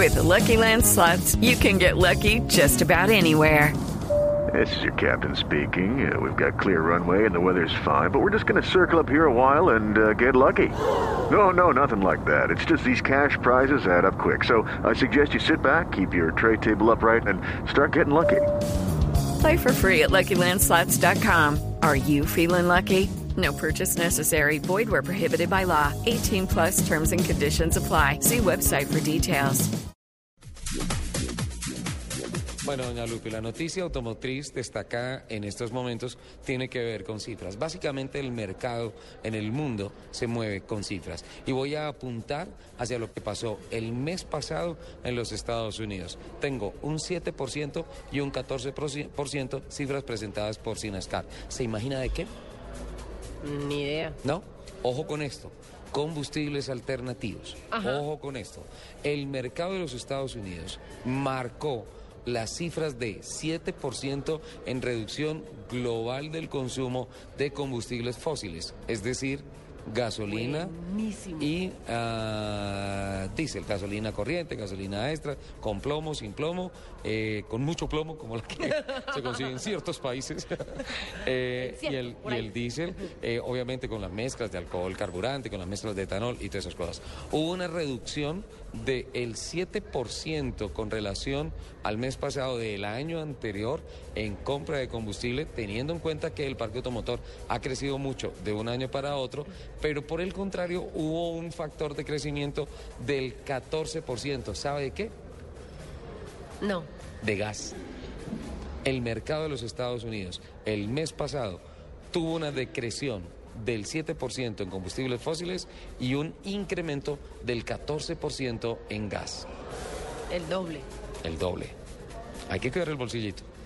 With the Lucky Land Slots, you can get lucky just about anywhere. This is your captain speaking. We've got clear runway and the weather's fine, but we're just going to circle up here a while and get lucky. No, nothing like that. It's just these cash prizes add up quick. So I suggest you sit back, keep your tray table upright, and start getting lucky. Play for free at LuckyLandSlots.com. Are you feeling lucky? No purchase necessary. Void where prohibited by law. 18 plus terms and conditions apply. See website for details. Bueno, doña Lupe, la noticia automotriz destacada en estos momentos tiene que ver con cifras. Básicamente el mercado en el mundo se mueve con cifras. Y voy a apuntar hacia lo que pasó el mes pasado en los Estados Unidos. Tengo un 7% y un 14% cifras presentadas por Sinascar. ¿Se imagina de qué? Ni idea. ¿No? Ojo con esto. Combustibles alternativos. Ajá. Ojo con esto. El mercado de los Estados Unidos marcó las cifras de 7% en reducción global del consumo de combustibles fósiles, es decir, gasolina Buenísimo. y diésel, gasolina corriente, gasolina extra, con plomo, sin plomo, con mucho plomo, como la que se consigue en ciertos países, y el diésel, obviamente con las mezclas de alcohol carburante, con las mezclas de etanol y todas esas cosas. Hubo una reducción del 7% con relación al mes pasado del año anterior en compra de combustible, teniendo en cuenta que el parque automotor ha crecido mucho de un año para otro, pero por el contrario hubo un factor de crecimiento del 14%. ¿Sabe de qué? No. De gas. El mercado de los Estados Unidos el mes pasado tuvo una decreción del 7% en combustibles fósiles y un incremento del 14% en gas. El doble. El doble. Hay que cuidar el bolsillito.